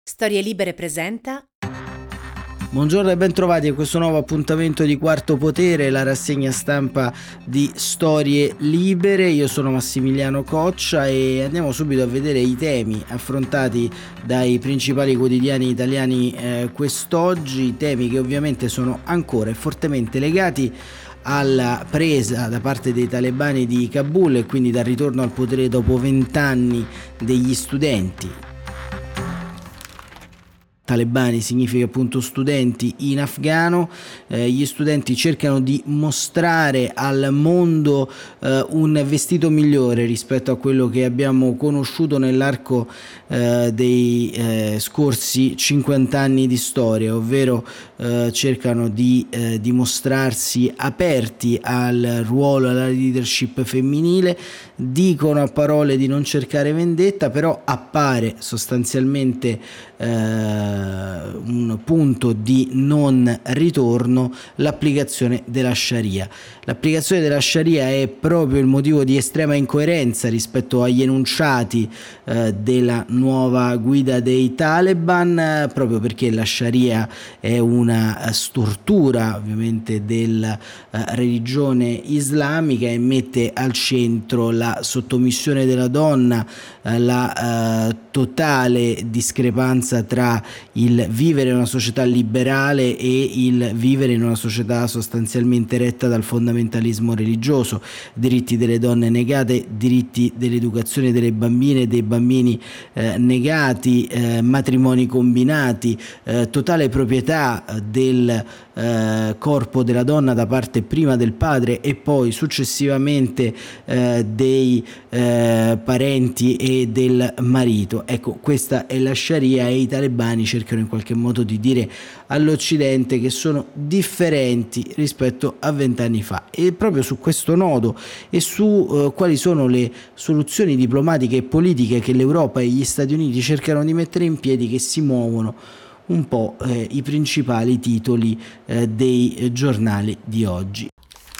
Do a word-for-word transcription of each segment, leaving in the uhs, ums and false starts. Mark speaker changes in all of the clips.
Speaker 1: Storie Libere presenta.
Speaker 2: Buongiorno e bentrovati a questo nuovo appuntamento di Quarto Potere, la rassegna stampa di Storie Libere. Io sono Massimiliano Coccia e andiamo subito a vedere i temi affrontati dai principali quotidiani italiani eh, quest'oggi, temi che ovviamente sono ancora e fortemente legati alla presa da parte dei talebani di Kabul e quindi dal ritorno al potere dopo vent'anni degli studenti. Talebani significa appunto studenti in afghano. Eh, gli studenti cercano di mostrare al mondo eh, un vestito migliore rispetto a quello che abbiamo conosciuto nell'arco eh, dei eh, scorsi cinquanta anni di storia, ovvero eh, cercano di eh, dimostrarsi aperti al ruolo, alla leadership femminile, dicono a parole di non cercare vendetta, però appare sostanzialmente eh, un punto di non ritorno l'applicazione della Sharia. L'applicazione della Sharia è proprio il motivo di estrema incoerenza rispetto agli enunciati eh, della nuova guida dei Taliban, eh, proprio perché la Sharia è una stortura ovviamente della eh, religione islamica e mette al centro la sottomissione della donna, eh, la eh, totale discrepanza tra il vivere in una società liberale e il vivere in una società sostanzialmente retta dal fondamentalismo religioso, diritti delle donne negate, diritti dell'educazione delle bambine e dei bambini eh, negati, eh, matrimoni combinati, eh, totale proprietà del eh, corpo della donna da parte prima del padre e poi successivamente eh, dei eh, parenti e del marito. Ecco, questa è la Sharia e i talebani cercano in qualche modo di dire all'Occidente che sono differenti rispetto a vent'anni fa, e proprio su questo nodo e su eh, quali sono le soluzioni diplomatiche e politiche che l'Europa e gli Stati Uniti cercano di mettere in piedi che si muovono un po' eh, i principali titoli eh, dei eh, giornali di oggi.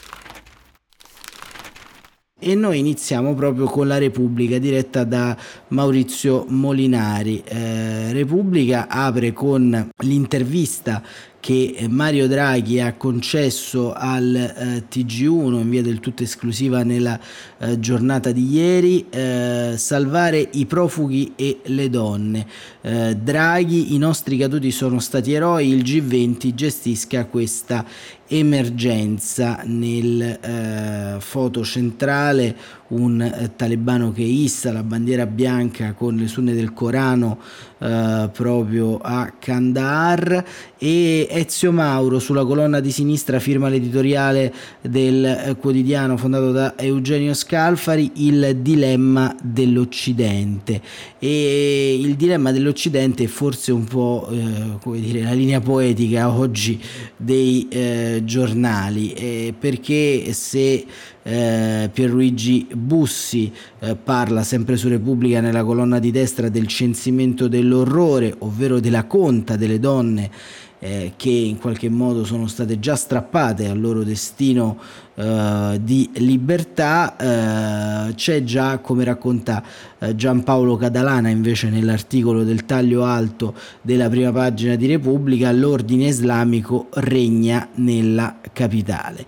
Speaker 2: E noi iniziamo proprio con la Repubblica diretta da Maurizio Molinari. Eh, Repubblica apre con l'intervista che Mario Draghi ha concesso al eh, T G uno in via del tutto esclusiva nella eh, giornata di ieri. Eh, salvare i profughi e le donne. Eh, Draghi, i nostri caduti sono stati eroi, il G venti gestisca questa emergenza. Nel eh, foto centrale un eh, talebano che issa la bandiera bianca con le sunne del Corano eh, proprio a Kandahar, e Ezio Mauro sulla colonna di sinistra firma l'editoriale del eh, quotidiano fondato da Eugenio Scalfari, il dilemma dell'Occidente. E il dilemma dell'Occidente è forse un po' eh, come dire la linea poetica oggi dei eh, giornali, eh, perché se eh, Pierluigi Bussi eh, parla sempre su Repubblica nella colonna di destra del censimento dell'orrore, ovvero della conta delle donne eh, che in qualche modo sono state già strappate al loro destino eh, di libertà, eh, c'è già, come racconta eh, Giampaolo Catalana invece nell'articolo del taglio alto della prima pagina di Repubblica, l'ordine islamico regna nella capitale.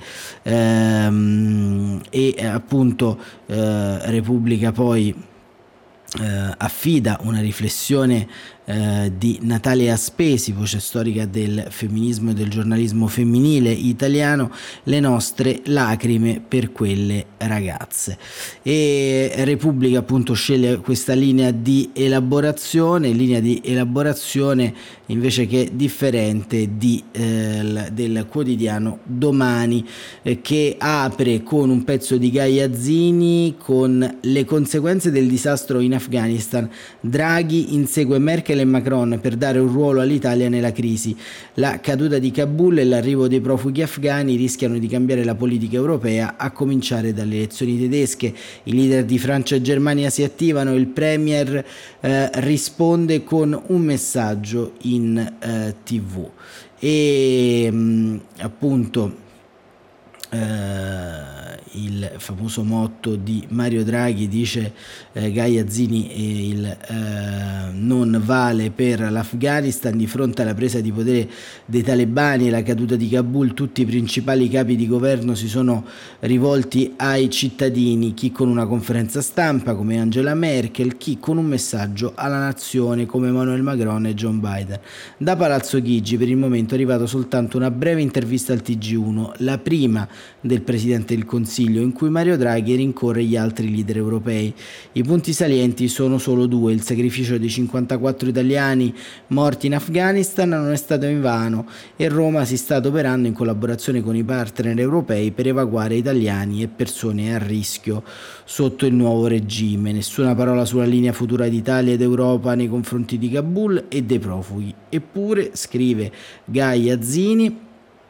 Speaker 2: Ehm, e appunto eh, Repubblica poi eh, affida una riflessione eh, di Natalia Spesi, voce storica del femminismo e del giornalismo femminile italiano, le nostre lacrime per quelle ragazze. E Repubblica appunto sceglie questa linea di elaborazione, linea di elaborazione invece che differente di, eh, del quotidiano Domani, eh, che apre con un pezzo di Gaia Zini con le conseguenze del disastro in Afghanistan. Draghi insegue Merkel e Macron per dare un ruolo all'Italia nella crisi. La caduta di Kabul e l'arrivo dei profughi afghani rischiano di cambiare la politica europea, a cominciare dalle elezioni tedesche. I leader di Francia e Germania si attivano, il premier eh, risponde con un messaggio in eh, tv. E mh, appunto eh, il famoso motto di Mario Draghi, dice eh, Gaia Zini, e il eh, non vale per l'Afghanistan. Di fronte alla presa di potere dei talebani e la caduta di Kabul, tutti i principali capi di governo si sono rivolti ai cittadini, chi con una conferenza stampa come Angela Merkel, chi con un messaggio alla nazione come Emmanuel Macron e John Biden. Da Palazzo Chigi per il momento è arrivata soltanto una breve intervista al T G uno, la prima del Presidente del Consiglio, in cui Mario Draghi rincorre gli altri leader europei. I punti salienti sono solo due: il sacrificio dei cinquantaquattro italiani morti in Afghanistan non è stato invano e Roma si sta adoperando in collaborazione con i partner europei per evacuare italiani e persone a rischio sotto il nuovo regime. Nessuna parola sulla linea futura d'Italia ed Europa nei confronti di Kabul e dei profughi. Eppure, scrive Gaia Zini,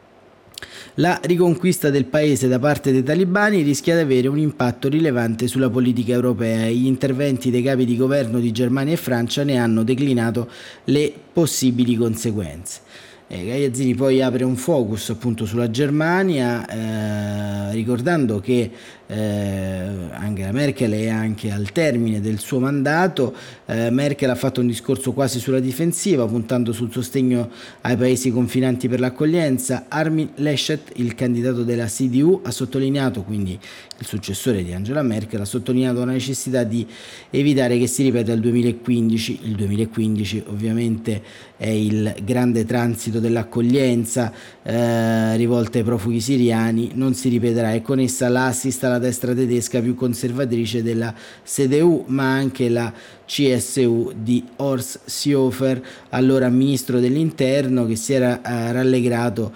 Speaker 2: la riconquista del paese da parte dei talebani rischia di avere un impatto rilevante sulla politica europea e gli interventi dei capi di governo di Germania e Francia ne hanno declinato le possibili conseguenze. Eh, Gaia Zini poi apre un focus appunto sulla Germania, eh, ricordando che eh, Angela Merkel è anche al termine del suo mandato. eh, Merkel ha fatto un discorso quasi sulla difensiva, puntando sul sostegno ai paesi confinanti per l'accoglienza. Armin Laschet, il candidato della C D U, ha sottolineato, quindi il successore di Angela Merkel, ha sottolineato la necessità di evitare che si ripeta il duemilaquindici. Il duemilaquindici ovviamente è il grande transito dell'accoglienza eh, rivolta ai profughi siriani, non si ripeterà, e con essa l'assist alla destra tedesca più conservatrice della C D U, ma anche la C S U di Horst Seehofer, allora ministro dell'interno, che si era eh, rallegrato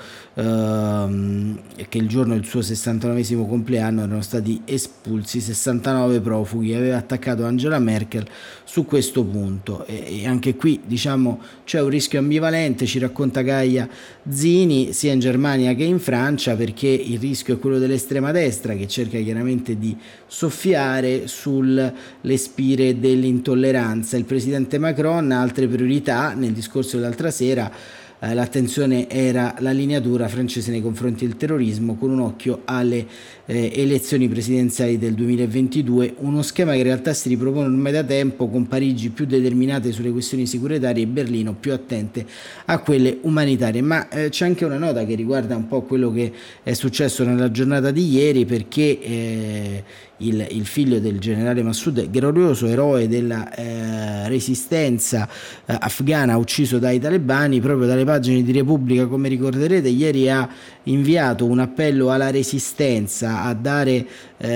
Speaker 2: ehm, che il giorno del suo sessantanovesimo compleanno erano stati espulsi sessantanove profughi. Aveva attaccato Angela Merkel su questo punto, e, e anche qui diciamo c'è un rischio ambivalente, ci racconta Gaia Zini, sia in Germania che in Francia, perché il rischio è quello dell'estrema destra, che cerca chiaramente di soffiare sulle spire dell'intolleranza. Il presidente Macron ha altre priorità. Nel discorso dell'altra sera eh, l'attenzione era la lineatura francese nei confronti del terrorismo, con un occhio alle eh, elezioni presidenziali del duemilaventidue, uno schema che in realtà si ripropone ormai da tempo, con Parigi più determinate sulle questioni securitarie e Berlino più attente a quelle umanitarie. Ma eh, c'è anche una nota che riguarda un po' quello che è successo nella giornata di ieri, perché eh, il, il figlio del generale Massoud, glorioso eroe della eh, resistenza eh, afghana, ucciso dai talebani, proprio dalle pagine di Repubblica, come ricorderete, ieri ha inviato un appello alla resistenza, a dare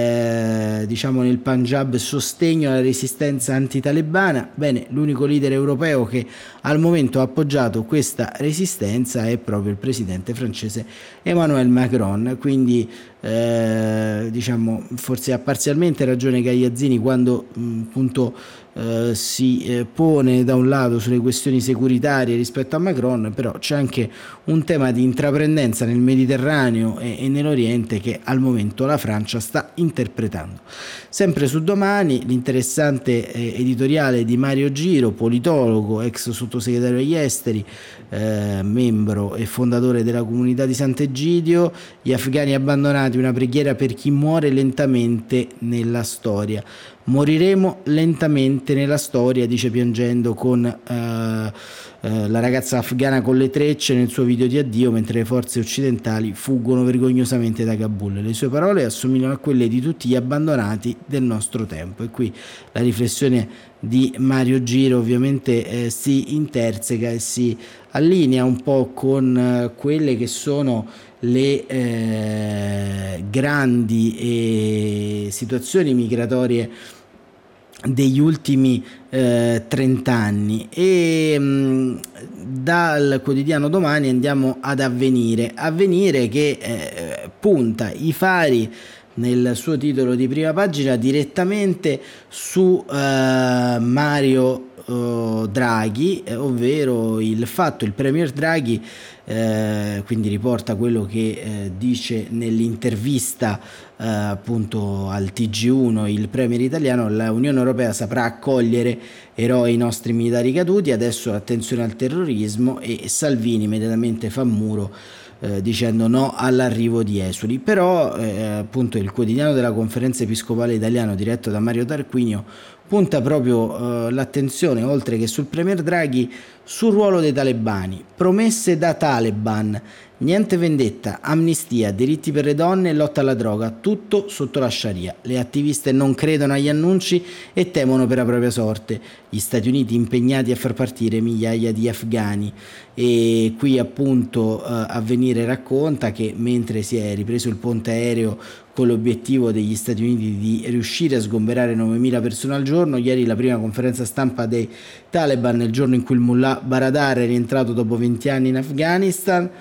Speaker 2: eh, diciamo nel Punjab sostegno alla resistenza antitalebana. Bene, l'unico leader europeo che al momento ha appoggiato questa resistenza è proprio il presidente francese Emmanuel Macron, quindi eh, diciamo forse ha parzialmente ragione Gaia Zini quando mh, appunto eh, si eh, pone da un lato sulle questioni securitarie rispetto a Macron, però c'è anche un tema di intraprendenza nel Mediterraneo e, e nell'Oriente che al momento la Francia sta interpretando. Sempre su Domani, l'interessante eh, editoriale di Mario Giro, politologo, ex sottosegretario agli esteri, eh, membro e fondatore della comunità di Sant'Egidio. Gli afghani abbandonati, una preghiera per chi muore lentamente nella storia. Moriremo lentamente nella storia, dice piangendo con eh, eh, la ragazza afghana con le trecce nel suo video di addio, mentre le forze occidentali fuggono vergognosamente da Kabul. Le sue parole assomigliano a quelle di tutti gli abbandonati del nostro tempo. E qui la riflessione di Mario Giro ovviamente eh, si interseca e si allinea un po' con eh, quelle che sono le eh, grandi eh, situazioni migratorie degli ultimi eh, trent'anni. E mh, dal quotidiano Domani andiamo ad Avvenire Avvenire che eh, punta i fari nel suo titolo di prima pagina direttamente su eh, Mario eh, Draghi, eh, ovvero il fatto il premier Draghi eh, quindi riporta quello che eh, dice nell'intervista eh, appunto al T G uno il premier italiano: la Unione Europea saprà accogliere eroi nostri militari caduti, adesso attenzione al terrorismo. E Salvini immediatamente fa muro eh, dicendo no all'arrivo di esuli. Però eh, appunto il quotidiano della Conferenza Episcopale Italiana, diretto da Mario Tarquinio, punta proprio eh, l'attenzione, oltre che sul premier Draghi, sul ruolo dei talebani. Promesse da Taliban: niente vendetta, amnistia, diritti per le donne, lotta alla droga, tutto sotto la Sharia. Le attiviste non credono agli annunci e temono per la propria sorte. Gli Stati Uniti impegnati a far partire migliaia di afghani. E qui appunto eh, Avvenire racconta che mentre si è ripreso il ponte aereo con l'obiettivo degli Stati Uniti di riuscire a sgomberare novemila persone al giorno, ieri la prima conferenza stampa dei Taliban, nel giorno in cui il mullah Baradar è rientrato dopo venti anni in Afghanistan.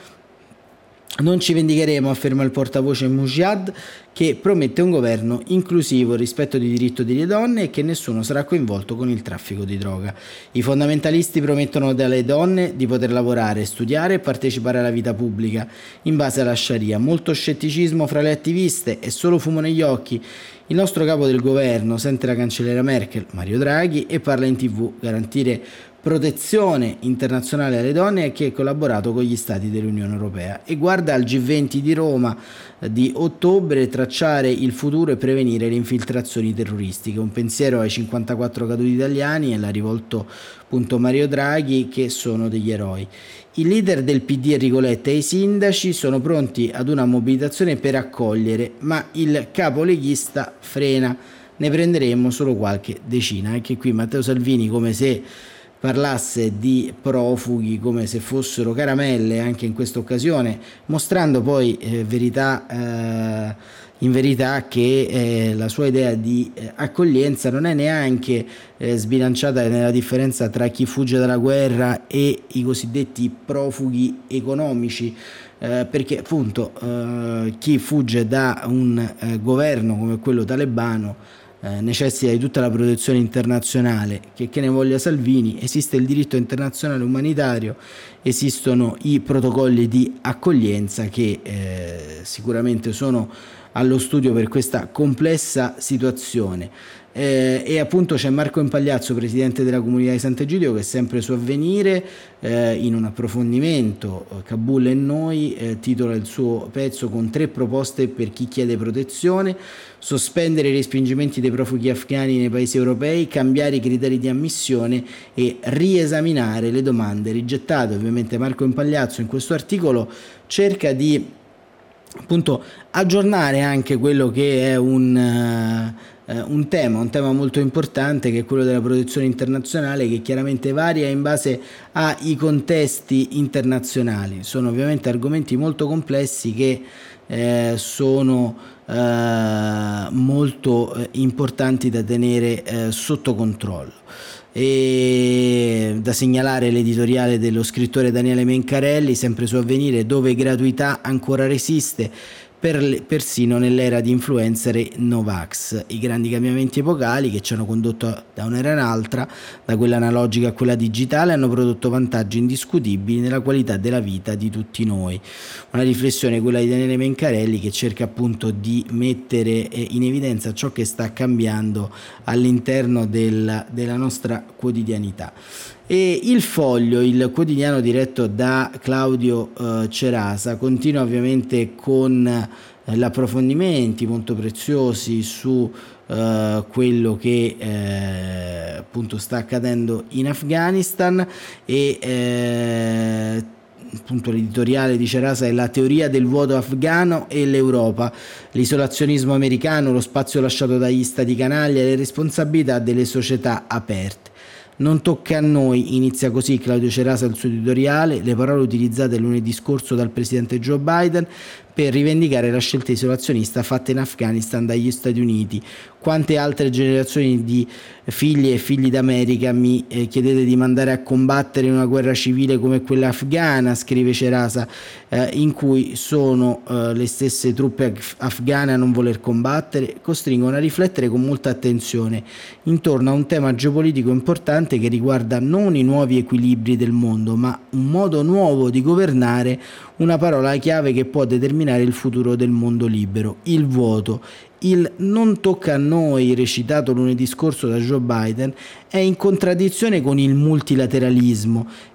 Speaker 2: Non ci vendicheremo, afferma il portavoce Mujahid, che promette un governo inclusivo, rispetto dei diritti delle donne e che nessuno sarà coinvolto con il traffico di droga. I fondamentalisti promettono alle donne di poter lavorare, studiare e partecipare alla vita pubblica in base alla Sharia. Molto scetticismo fra le attiviste e solo fumo negli occhi. Il nostro capo del governo sente la cancelliera Merkel, Mario Draghi, e parla in tv: garantire protezione internazionale alle donne e che ha collaborato con gli stati dell'Unione Europea, e guarda al G venti di Roma di ottobre: tracciare il futuro e prevenire le infiltrazioni terroristiche. Un pensiero ai cinquantaquattro caduti italiani, e l'ha rivolto appunto Mario Draghi, che sono degli eroi. I leader del P D, Enrico Letta, e i sindaci sono pronti ad una mobilitazione per accogliere, ma il capo leghista frena: ne prenderemo solo qualche decina. Anche qui Matteo Salvini, come se parlasse di profughi come se fossero caramelle anche in questa occasione, mostrando poi eh, verità eh, in verità che eh, la sua idea di eh, accoglienza non è neanche eh, sbilanciata nella differenza tra chi fugge dalla guerra e i cosiddetti profughi economici, eh, perché appunto eh, chi fugge da un eh, governo come quello talebano Eh, necessita di tutta la protezione internazionale, che, che ne voglia Salvini. Esiste il diritto internazionale umanitario, esistono i protocolli di accoglienza che eh, sicuramente sono allo studio per questa complessa situazione. Eh, e appunto c'è Marco Impagliazzo, presidente della comunità di Sant'Egidio, che è sempre su Avvenire, eh, in un approfondimento, Kabul e noi, eh, titola il suo pezzo con tre proposte per chi chiede protezione: sospendere i respingimenti dei profughi afghani nei paesi europei, cambiare i criteri di ammissione e riesaminare le domande rigettate. Ovviamente Marco Impagliazzo in questo articolo cerca di appunto aggiornare anche quello che è un uh, un tema, un tema molto importante, che è quello della protezione internazionale, che chiaramente varia in base ai contesti internazionali. Sono ovviamente argomenti molto complessi che eh, sono eh, molto eh, importanti da tenere eh, sotto controllo. E da segnalare l'editoriale dello scrittore Daniele Mencarelli, sempre su Avvenire, dove gratuità ancora resiste, per, persino nell'era di influencer e Novax. I grandi cambiamenti epocali che ci hanno condotto da un'era all'altra, da quella analogica a quella digitale, hanno prodotto vantaggi indiscutibili nella qualità della vita di tutti noi. Una riflessione, quella di Daniele Mencarelli, che cerca appunto di mettere in evidenza ciò che sta cambiando all'interno della, della nostra quotidianità. E il Foglio, il quotidiano diretto da Claudio eh, Cerasa, continua ovviamente con eh, gli approfondimenti molto preziosi su eh, quello che eh, appunto sta accadendo in Afghanistan. E eh, appunto l'editoriale di Cerasa è la teoria del vuoto afghano e l'Europa, l'isolazionismo americano, lo spazio lasciato dagli stati canaglia e le responsabilità delle società aperte. Non tocca a noi, inizia così Claudio Cerasa il suo editoriale, le parole utilizzate lunedì scorso dal presidente Joe Biden per rivendicare la scelta isolazionista fatta in Afghanistan dagli Stati Uniti. Quante altre generazioni di figli e figli d'America mi eh, chiedete di mandare a combattere in una guerra civile come quella afghana, scrive Cerasa, eh, in cui sono eh, le stesse truppe af- afghane a non voler combattere, costringono a riflettere con molta attenzione intorno a un tema geopolitico importante che riguarda non i nuovi equilibri del mondo, ma un modo nuovo di governare, una parola chiave che può determinare il futuro del mondo libero: il vuoto. Il non tocca a noi, recitato lunedì scorso da Joe Biden, è in contraddizione con il multilateralismo,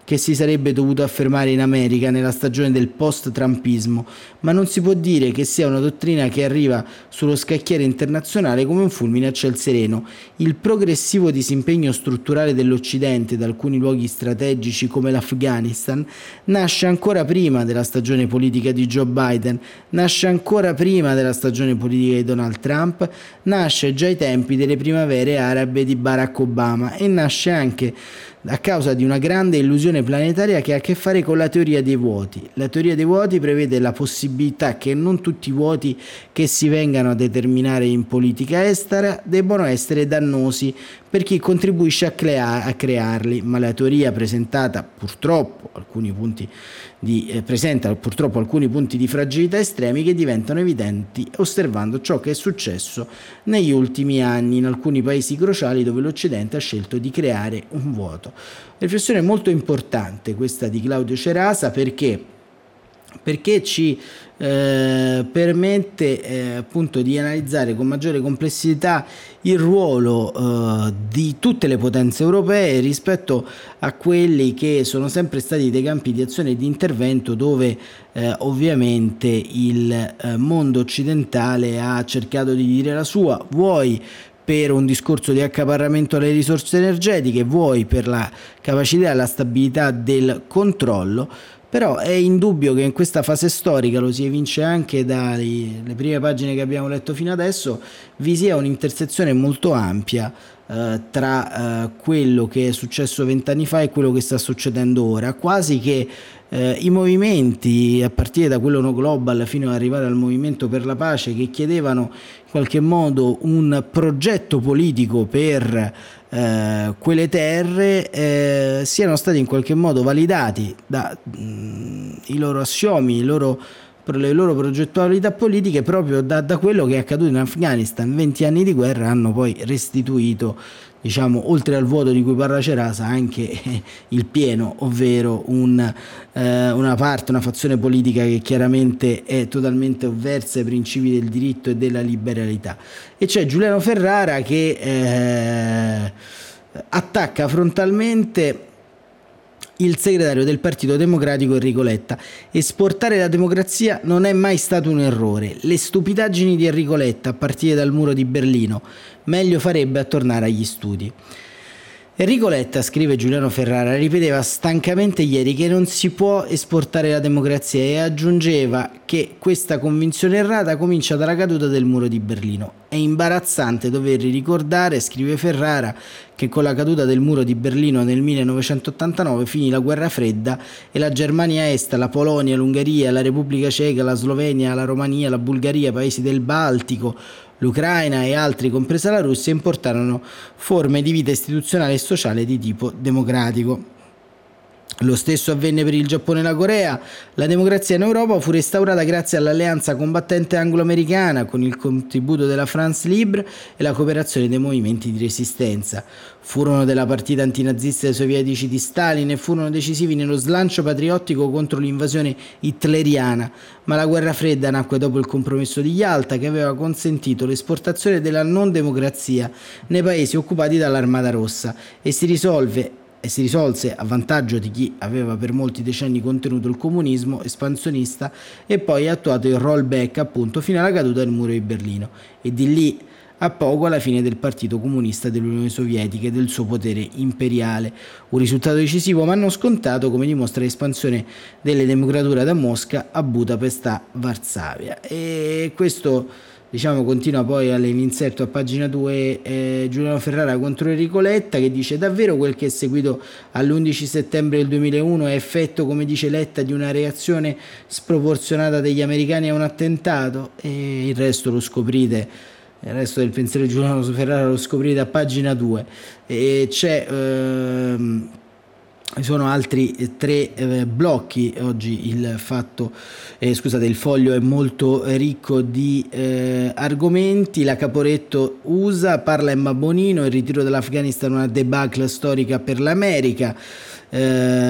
Speaker 2: che si sarebbe dovuto affermare in America nella stagione del post-trumpismo, ma non si può dire che sia una dottrina che arriva sullo scacchiere internazionale come un fulmine a ciel sereno. Il progressivo disimpegno strutturale dell'Occidente da alcuni luoghi strategici come l'Afghanistan nasce ancora prima della stagione politica di Joe Biden, nasce ancora prima della stagione politica di Donald Trump, nasce già ai tempi delle primavere arabe di Barack Obama e nasce anche a causa di una grande illusione planetaria che ha a che fare con la teoria dei vuoti. La teoria dei vuoti prevede la possibilità che non tutti i vuoti che si vengano a determinare in politica estera debbano essere dannosi per chi contribuisce a, crea- a crearli, ma la teoria presentata purtroppo alcuni punti di, eh, presenta purtroppo alcuni punti di fragilità estremi che diventano evidenti osservando ciò che è successo negli ultimi anni in alcuni paesi cruciali dove l'Occidente ha scelto di creare un vuoto. Riflessione molto importante questa di Claudio Cerasa, perché perché ci eh, permette eh, appunto di analizzare con maggiore complessità il ruolo eh, di tutte le potenze europee rispetto a quelli che sono sempre stati dei campi di azione e di intervento dove eh, ovviamente il eh, mondo occidentale ha cercato di dire la sua, vuoi per un discorso di accaparramento alle risorse energetiche, vuoi per la capacità e la stabilità del controllo. Però è indubbio che in questa fase storica, lo si evince anche dalle prime pagine che abbiamo letto fino adesso, vi sia un'intersezione molto ampia eh, tra eh, quello che è successo vent'anni fa e quello che sta succedendo ora, quasi che eh, i movimenti, a partire da quello No Global fino ad arrivare al movimento per la pace, che chiedevano in qualche modo un progetto politico per Eh, quelle terre eh, siano stati in qualche modo validati da mh, i loro assiomi, i loro, le loro progettualità politiche proprio da, da quello che è accaduto in Afghanistan. venti anni di guerra hanno poi restituito, diciamo, oltre al vuoto di cui parla Cerasa, anche eh, il pieno, ovvero un, eh, una parte, una fazione politica che chiaramente è totalmente avversa ai principi del diritto e della liberalità. E c'è Giuliano Ferrara che eh, attacca frontalmente il segretario del Partito Democratico Enrico Letta. Esportare la democrazia non è mai stato un errore. Le stupidaggini di Enrico Letta, a partire dal muro di Berlino, meglio farebbe a tornare agli studi. Enrico Letta, scrive Giuliano Ferrara, ripeteva stancamente ieri che non si può esportare la democrazia e aggiungeva che questa convinzione errata comincia dalla caduta del muro di Berlino. È imbarazzante dover ricordare, scrive Ferrara, che con la caduta del muro di Berlino nel millenovecentottantanove finì la guerra fredda e la Germania Est, la Polonia, l'Ungheria, la Repubblica Ceca, la Slovenia, la Romania, la Bulgaria, paesi del Baltico, l'Ucraina e altri, compresa la Russia, importarono forme di vita istituzionale e sociale di tipo democratico. Lo stesso avvenne per il Giappone e la Corea. La democrazia in Europa fu restaurata grazie all'alleanza combattente anglo-americana con il contributo della France Libre e la cooperazione dei movimenti di resistenza. Furono della partita antinazista dei sovietici di Stalin e furono decisivi nello slancio patriottico contro l'invasione hitleriana, ma la guerra fredda nacque dopo il compromesso di Yalta che aveva consentito l'esportazione della non democrazia nei paesi occupati dall'Armata Rossa e si risolve e si risolse a vantaggio di chi aveva per molti decenni contenuto il comunismo espansionista e poi attuato il rollback appunto fino alla caduta del muro di Berlino e di lì a poco alla fine del Partito Comunista dell'Unione Sovietica e del suo potere imperiale. Un risultato decisivo ma non scontato, come dimostra l'espansione delle democrature da Mosca a Budapest a Varsavia. E questo, diciamo, continua poi all'inserto a pagina due eh, Giuliano Ferrara contro Enrico Letta, che dice: davvero quel che è seguito all'undici settembre del duemilauno è effetto, come dice Letta, di una reazione sproporzionata degli americani a un attentato? E il resto lo scoprite, il resto del pensiero di Giuliano Ferrara lo scoprite a pagina due. E c'è ehm, ci sono altri tre eh, blocchi oggi. Il fatto eh, scusate il foglio è molto ricco di eh, argomenti. La Caporetto U S A parla Emma Bonino, il ritiro dell'Afghanistan una debacle storica per l'America. Eh,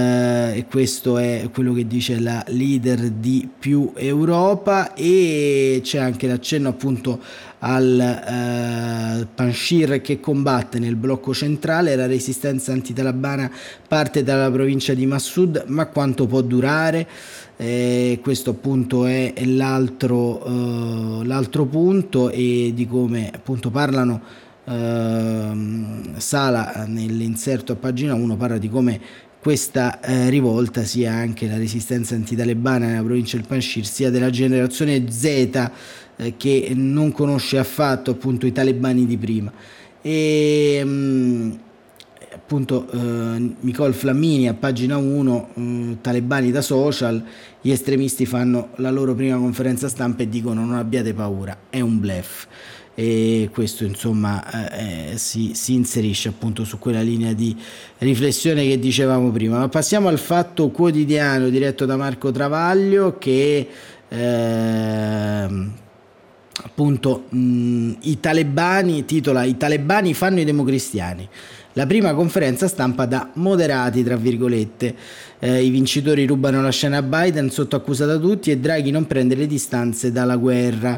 Speaker 2: eh, e questo è quello che dice la leader di Più Europa. E c'è anche l'accenno appunto al eh, Panjshir che combatte nel blocco centrale. La resistenza antitalebana parte dalla provincia di Massoud, ma quanto può durare? Eh, questo appunto è l'altro, eh, l'altro punto, e di come appunto parlano eh, Sala nell'inserto a pagina uno, parla di come questa eh, rivolta sia anche la resistenza antitalebana nella provincia del Panjshir, sia della generazione Z eh, che non conosce affatto appunto i talebani di prima. E mh, appunto eh, Nicole Flammini a pagina uno, eh, talebani da social, gli estremisti fanno la loro prima conferenza stampa e dicono non abbiate paura, è un bluff. E questo insomma eh, si, si inserisce appunto su quella linea di riflessione che dicevamo prima. Ma passiamo al Fatto Quotidiano diretto da Marco Travaglio, che eh, appunto mh, i talebani titola "I talebani fanno i democristiani, la prima conferenza stampa da moderati", tra virgolette. Eh, i vincitori rubano la scena a Biden, sotto accusa da tutti, e Draghi non prende le distanze dalla guerra.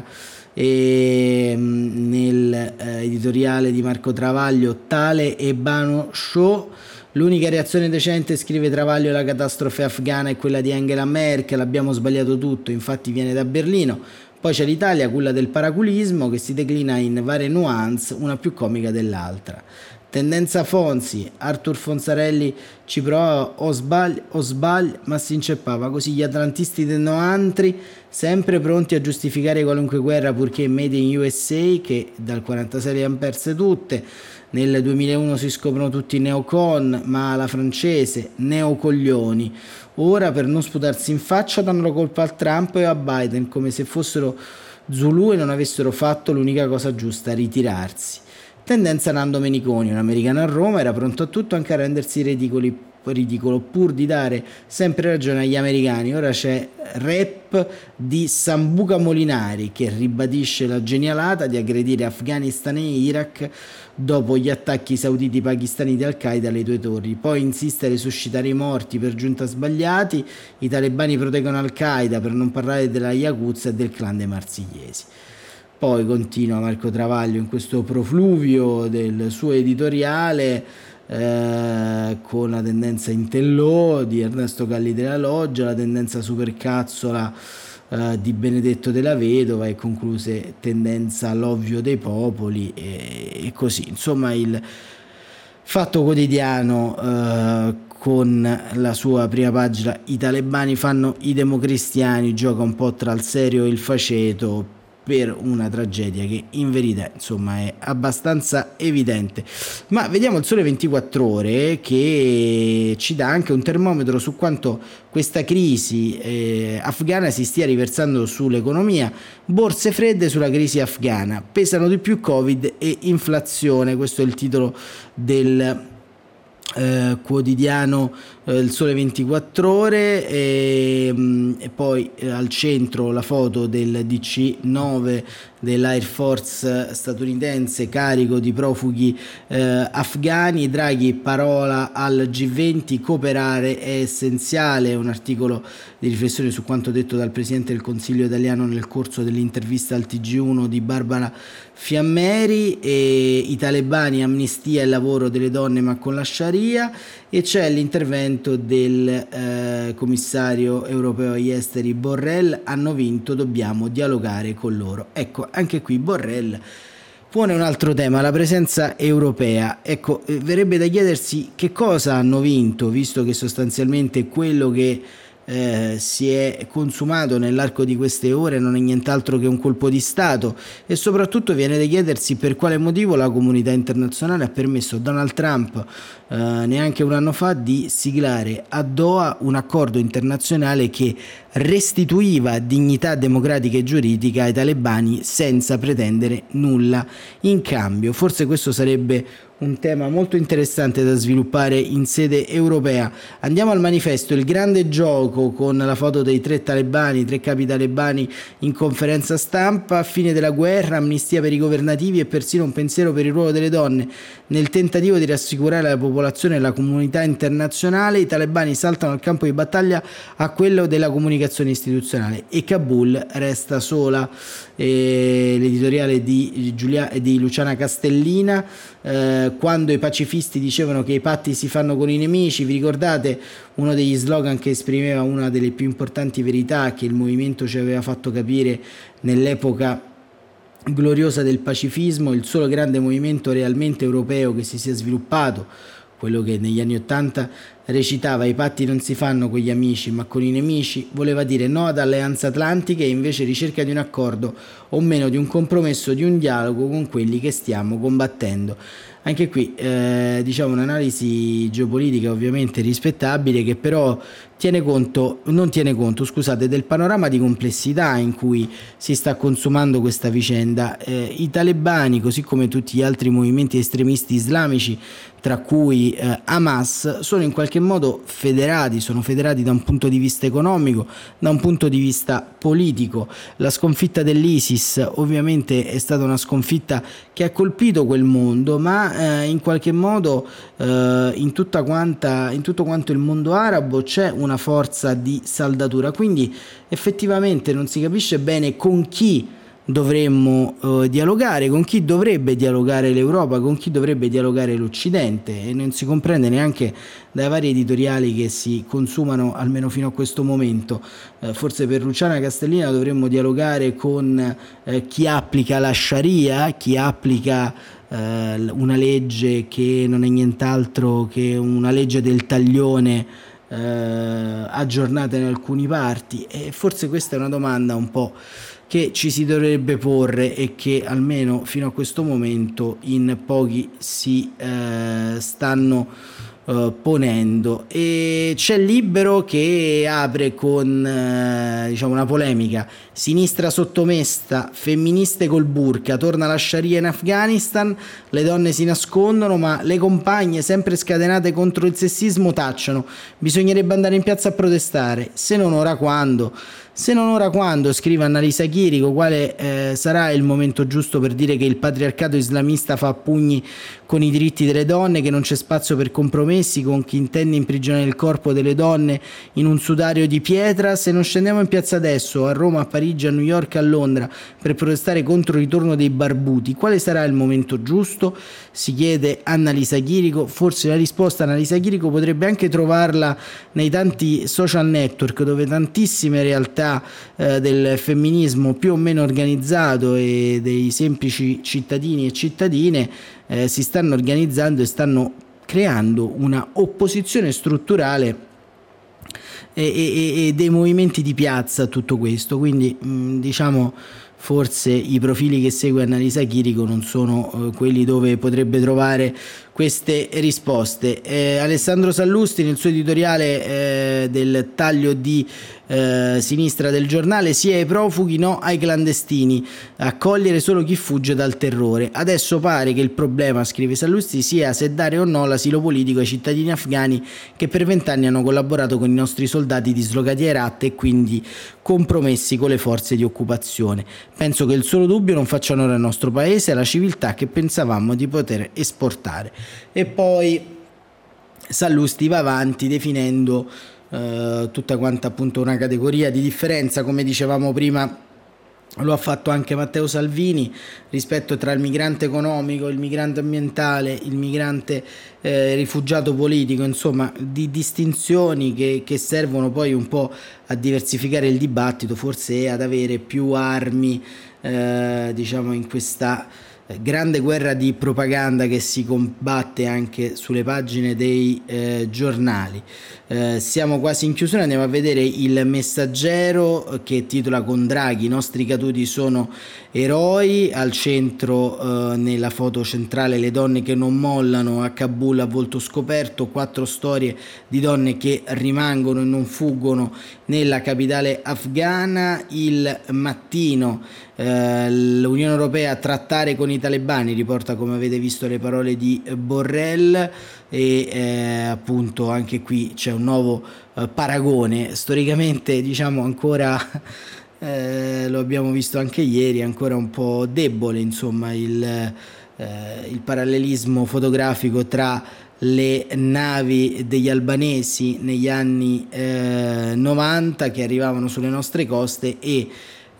Speaker 2: E mh, nel eh, editoriale di Marco Travaglio, tale e Bano show, l'unica reazione decente, scrive Travaglio, alla catastrofe afghana è quella di Angela Merkel, abbiamo sbagliato tutto, infatti viene da Berlino. Poi c'è l'Italia, quella del paraculismo, che si declina in varie nuance, una più comica dell'altra. Tendenza Fonzi, Arthur Fonzarelli ci provava, o sbaglio, o sbaglio, ma si inceppava. Così gli atlantisti del Noantri, sempre pronti a giustificare qualunque guerra purché made in U S A, che dal quarantasei le han perse tutte. Nel duemilauno si scoprono tutti neocon, ma alla francese, neocoglioni. Ora, per non sputarsi in faccia, danno la colpa a Trump e a Biden, come se fossero Zulu e non avessero fatto l'unica cosa giusta, ritirarsi. Tendenza Nando Meniconi, un americano a Roma, era pronto a tutto, anche a rendersi ridicoli, ridicolo, pur di dare sempre ragione agli americani. Ora c'è rap di Sambuca Molinari, che ribadisce la genialata di aggredire Afghanistan e Iraq dopo gli attacchi sauditi pakistani di Al-Qaeda alle due torri. Poi insistere e suscitare i morti per giunta sbagliati, i talebani proteggono Al-Qaeda, per non parlare della Yakuza e del clan dei marsigliesi. Poi continua Marco Travaglio in questo profluvio del suo editoriale eh, con la tendenza Intellò di Ernesto Galli della Loggia, la tendenza supercazzola eh, di Benedetto della Vedova, e concluse tendenza l'ovvio dei popoli, e, e così. Insomma, il Fatto Quotidiano eh, con la sua prima pagina "I talebani fanno i democristiani" gioca un po' tra il serio e il faceto, per una tragedia che in verità insomma è abbastanza evidente. Ma vediamo il Sole ventiquattro Ore, che ci dà anche un termometro su quanto questa crisi eh, afghana si stia riversando sull'economia. Borse fredde sulla crisi afghana, pesano di più Covid e inflazione. Questo è il titolo del Eh, quotidiano eh, Il Sole ventiquattro Ore, e, mh, e poi eh, al centro la foto del D C nove dell'Air Force statunitense carico di profughi eh, afghani. Draghi, parola al G venti, cooperare è essenziale. Un articolo di riflessione su quanto detto dal Presidente del Consiglio italiano nel corso dell'intervista al T G uno di Barbara Fiammeri. E i talebani, amnistia e lavoro delle donne ma con la Sharia. E c'è l'intervento del eh, commissario europeo agli esteri Borrell: hanno vinto, dobbiamo dialogare con loro. Ecco, anche qui Borrell pone un altro tema, la presenza europea. Ecco, eh, verrebbe da chiedersi che cosa hanno vinto, visto che sostanzialmente quello che Eh, si è consumato nell'arco di queste ore non è nient'altro che un colpo di Stato, e soprattutto viene da chiedersi per quale motivo la comunità internazionale ha permesso a Donald Trump eh, neanche un anno fa di siglare a Doha un accordo internazionale che restituiva dignità democratica e giuridica ai talebani senza pretendere nulla in cambio. Forse questo sarebbe un tema molto interessante da sviluppare in sede europea. Andiamo al manifesto, il grande gioco, con la foto dei tre talebani, tre capi talebani in conferenza stampa. Fine della guerra, amnistia per i governativi e persino un pensiero per il ruolo delle donne. Nel tentativo di rassicurare la popolazione e la comunità internazionale, i talebani saltano al campo di battaglia a quello della comunicazione istituzionale e Kabul resta sola. E l'editoriale di, Giulia, di Luciana Castellina, eh, quando i pacifisti dicevano che i patti si fanno con i nemici, vi ricordate uno degli slogan che esprimeva una delle più importanti verità che il movimento ci aveva fatto capire nell'epoca gloriosa del pacifismo? Il solo grande movimento realmente europeo che si sia sviluppato, quello che negli anni Ottanta recitava: i patti non si fanno con gli amici ma con i nemici, voleva dire no ad alleanze atlantiche e invece ricerca di un accordo, o meno di un compromesso, di un dialogo con quelli che stiamo combattendo. Anche qui eh, diciamo un'analisi geopolitica ovviamente rispettabile, che però tiene conto, non tiene conto, scusate, del panorama di complessità in cui si sta consumando questa vicenda. Eh, I talebani, così come tutti gli altri movimenti estremisti islamici, tra cui eh, Hamas, sono in qualche modo federati, sono federati da un punto di vista economico, da un punto di vista politico. La sconfitta dell'ISIS ovviamente è stata una sconfitta che ha colpito quel mondo, ma eh, in qualche modo eh, in tutta quanta, in tutto quanto il mondo arabo c'è una forza di saldatura, quindi effettivamente non si capisce bene con chi dovremmo eh, dialogare, con chi dovrebbe dialogare l'Europa, con chi dovrebbe dialogare l'Occidente, e non si comprende neanche dai vari editoriali che si consumano almeno fino a questo momento. Eh, forse per Luciana Castellina dovremmo dialogare con eh, chi applica la Sharia, chi applica eh, una legge che non è nient'altro che una legge del taglione eh, aggiornata in alcuni parti, e forse questa è una domanda un po' che ci si dovrebbe porre e che almeno fino a questo momento in pochi si eh, stanno eh, ponendo. E c'è Libero che apre con eh, diciamo una polemica: sinistra sottomessa, femministe col burka, torna la Sharia in Afghanistan, le donne si nascondono ma le compagne sempre scatenate contro il sessismo tacciano, bisognerebbe andare in piazza a protestare, se non ora quando? Se non ora quando, scrive Annalisa Chirico, quale eh, sarà il momento giusto per dire che il patriarcato islamista fa a pugni con i diritti delle donne, che non c'è spazio per compromessi con chi intende imprigionare il corpo delle donne in un sudario di pietra? Se non scendiamo in piazza adesso, a Roma, a Parigi, a New York, a Londra, per protestare contro il ritorno dei barbuti, quale sarà il momento giusto? Si chiede Annalisa Chirico. Forse la risposta Annalisa Chirico potrebbe anche trovarla nei tanti social network, dove tantissime realtà eh, del femminismo più o meno organizzato e dei semplici cittadini e cittadine eh, si stanno organizzando e stanno creando una opposizione strutturale e, e, e dei movimenti di piazza a tutto questo. Quindi mh, diciamo forse i profili che segue Annalisa Chirico non sono eh, quelli dove potrebbe trovare queste risposte. Eh, Alessandro Sallusti nel suo editoriale eh, del taglio di eh, sinistra del giornale: sì ai profughi, no ai clandestini, accogliere solo chi fugge dal terrore. Adesso pare che il problema, scrive Sallusti, sia se dare o no l'asilo politico ai cittadini afghani che per vent'anni hanno collaborato con i nostri soldati dislocati a Herat e quindi compromessi con le forze di occupazione. Penso che il solo dubbio non faccia onore al nostro paese e alla civiltà che pensavamo di poter esportare. E poi Sallusti va avanti definendo eh, tutta quanta appunto una categoria di differenza, come dicevamo prima. Lo ha fatto anche Matteo Salvini rispetto tra il migrante economico, il migrante ambientale, il migrante eh, rifugiato politico, insomma di distinzioni che, che servono poi un po' a diversificare il dibattito, forse ad avere più armi eh, diciamo in questa grande guerra di propaganda che si combatte anche sulle pagine dei eh, giornali. Eh, siamo quasi in chiusura, andiamo a vedere il Messaggero che titola: con Draghi i nostri caduti sono eroi, al centro eh, nella foto centrale le donne che non mollano a Kabul a volto scoperto, quattro storie di donne che rimangono e non fuggono nella capitale afghana. Il Mattino eh, l'Unione Europea a trattare con i talebani, riporta come avete visto le parole di Borrell, e eh, appunto anche qui c'è un nuovo eh, paragone, storicamente diciamo ancora eh, lo abbiamo visto anche ieri, ancora un po' debole insomma il, eh, il parallelismo fotografico tra le navi degli albanesi negli anni eh, novanta che arrivavano sulle nostre coste e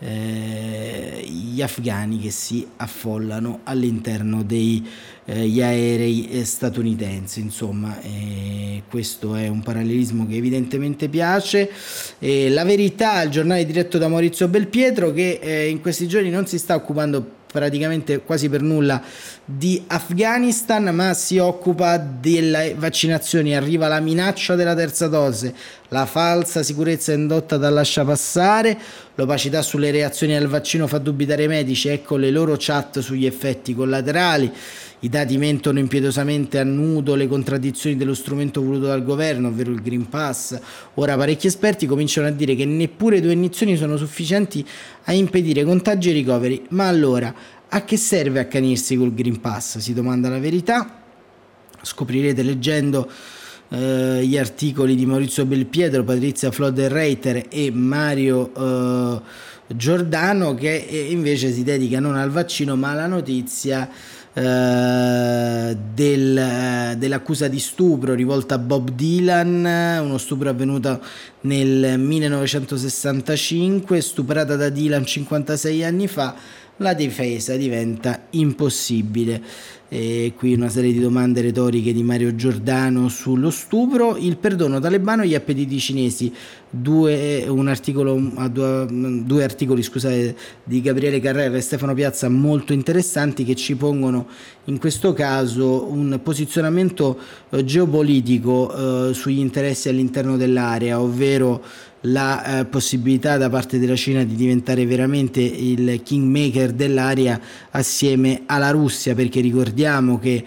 Speaker 2: eh, gli afghani che si affollano all'interno degli eh, aerei statunitensi. Insomma, eh, questo è un parallelismo che evidentemente piace. Eh, La Verità, il giornale diretto da Maurizio Belpietro, che eh, in questi giorni non si sta occupando praticamente quasi per nulla di Afghanistan, ma si occupa delle vaccinazioni. Arriva la minaccia della terza dose, la falsa sicurezza indotta dal lasciapassare, l'opacità sulle reazioni al vaccino fa dubitare i medici, ecco le loro chat sugli effetti collaterali. I dati mentono impietosamente a nudo le contraddizioni dello strumento voluto dal governo, ovvero il Green Pass. Ora parecchi esperti cominciano a dire che neppure due iniezioni sono sufficienti a impedire contagi e ricoveri. Ma allora, a che serve accanirsi col Green Pass? Si domanda La Verità. Scoprirete leggendo eh, gli articoli di Maurizio Belpietro, Patrizia Flodder-Reiter e Mario eh, Giordano, che invece si dedica non al vaccino ma alla notizia Uh, del, uh, dell'accusa di stupro rivolta a Bob Dylan, uno stupro avvenuto nel millenovecentosessantacinque, stuprata da Dylan cinquantasei anni fa, la difesa diventa impossibile. E qui una serie di domande retoriche di Mario Giordano sullo stupro, il perdono talebano e gli appetiti cinesi, due, un articolo, due, due articoli scusate, di Gabriele Carrera e Stefano Piazza molto interessanti, che ci pongono in questo caso un posizionamento eh, geopolitico eh, sugli interessi all'interno dell'area, ovvero la eh, possibilità da parte della Cina di diventare veramente il kingmaker dell'area assieme alla Russia, perché ricordiamo che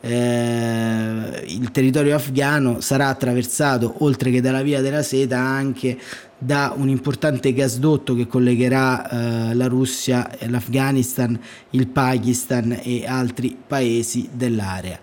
Speaker 2: eh, il territorio afghano sarà attraversato, oltre che dalla via della seta, anche da un importante gasdotto che collegherà eh, la Russia, l'Afghanistan, il Pakistan e altri paesi dell'area.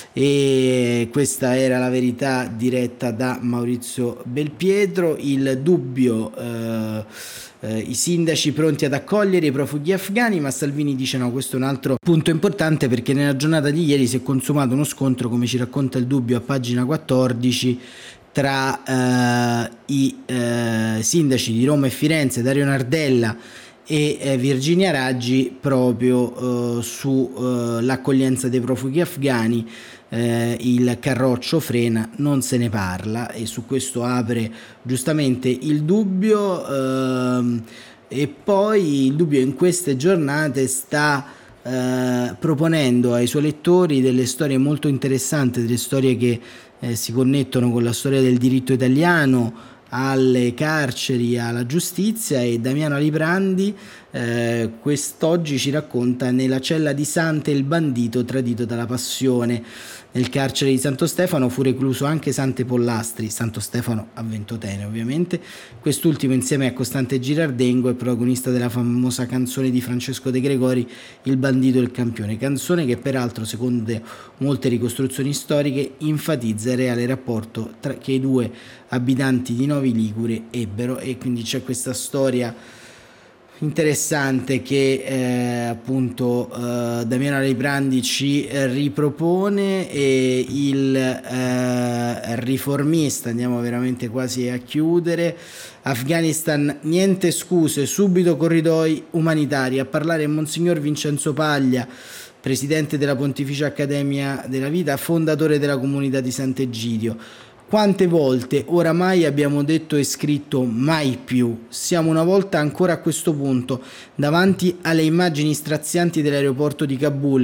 Speaker 2: E questa era La Verità diretta da Maurizio Belpietro. Il dubbio, eh, eh, i sindaci pronti ad accogliere i profughi afghani, ma Salvini dice no. Questo è un altro punto importante, perché nella giornata di ieri si è consumato uno scontro, come ci racconta il dubbio a pagina quattordici, tra eh, i eh, sindaci di Roma e Firenze, Dario Nardella e eh, Virginia Raggi, proprio eh, sull'accoglienza eh, dei profughi afghani. Eh, il Carroccio frena, non se ne parla, e su questo apre giustamente il dubbio. Ehm, e poi il dubbio in queste giornate sta eh, proponendo ai suoi lettori delle storie molto interessanti, delle storie che Eh, si connettono con la storia del diritto italiano, alle carceri, alla giustizia, e Damiano Aliprandi eh, quest'oggi ci racconta Nella cella di Sante il bandito tradito dalla passione. Nel carcere di Santo Stefano fu recluso anche Sante Pollastri, Santo Stefano a Ventotene ovviamente. Quest'ultimo, insieme a Costante Girardengo, è protagonista della famosa canzone di Francesco De Gregori, Il bandito e il campione, canzone che peraltro, secondo molte ricostruzioni storiche, enfatizza il reale rapporto tra, che i due abitanti di Novi Ligure ebbero. E quindi c'è questa storia interessante che eh, appunto eh, Damiano Aliprandi ci eh, ripropone. E il eh, Riformista, andiamo veramente quasi a chiudere, Afghanistan niente scuse, subito corridoi umanitari. A parlare è Monsignor Vincenzo Paglia, presidente della Pontificia Accademia della Vita, fondatore della comunità di Sant'Egidio. Quante volte oramai abbiamo detto e scritto mai più? Siamo una volta ancora a questo punto, davanti alle immagini strazianti dell'aeroporto di Kabul,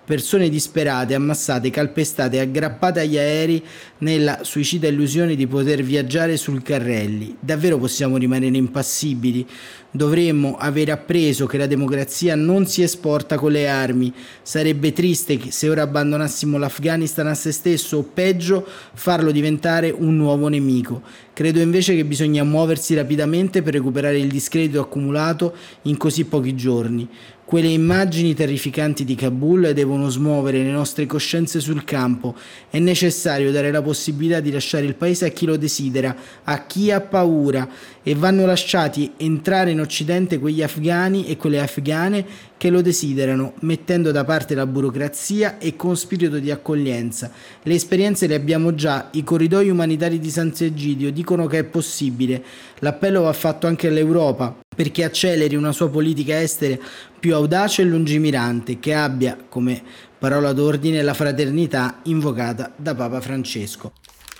Speaker 2: persone disperate, ammassate, calpestate, aggrappate agli aerei nella suicida illusione di poter viaggiare sul carrelli. Davvero possiamo rimanere impassibili? Dovremmo aver appreso che la democrazia non si esporta con le armi. Sarebbe triste se ora abbandonassimo l'Afghanistan a se stesso o peggio farlo diventare un nuovo nemico. Credo invece che bisogna muoversi rapidamente per recuperare il discredito accumulato in così pochi giorni. Quelle immagini terrificanti di Kabul devono smuovere le nostre coscienze sul campo. È necessario dare la possibilità di lasciare il paese a chi lo desidera, a chi ha paura, e vanno lasciati entrare in Occidente quegli afghani e quelle afghane che lo desiderano, mettendo da parte la burocrazia e con spirito di accoglienza. Le esperienze le abbiamo già, i corridoi umanitari di Sant'Egidio dicono che è possibile. L'appello va fatto anche all'Europa perché acceleri una sua politica estera più audace e lungimirante, che abbia come parola d'ordine la fraternità invocata da Papa Francesco.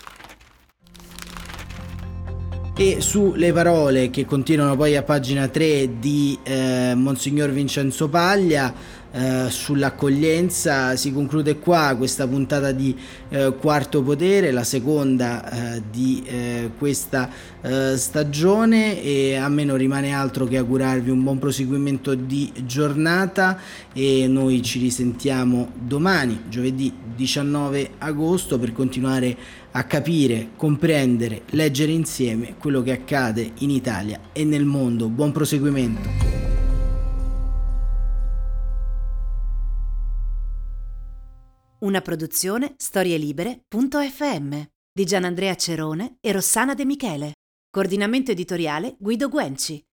Speaker 2: E sulle parole che continuano poi a pagina tre di eh, Monsignor Vincenzo Paglia, eh, sull'accoglienza, si conclude qua questa puntata di eh, Quarto Potere, la seconda eh, di eh, questa eh, stagione, e a me non rimane altro che augurarvi un buon proseguimento di giornata, e noi ci risentiamo domani, giovedì diciannove agosto, per continuare a capire, comprendere, leggere insieme quello che accade in Italia e nel mondo. Buon proseguimento.
Speaker 1: Una produzione storielibere punto effe emme di Gianandrea Cerone e Rossana De Michele. Coordinamento editoriale Guido Guenci.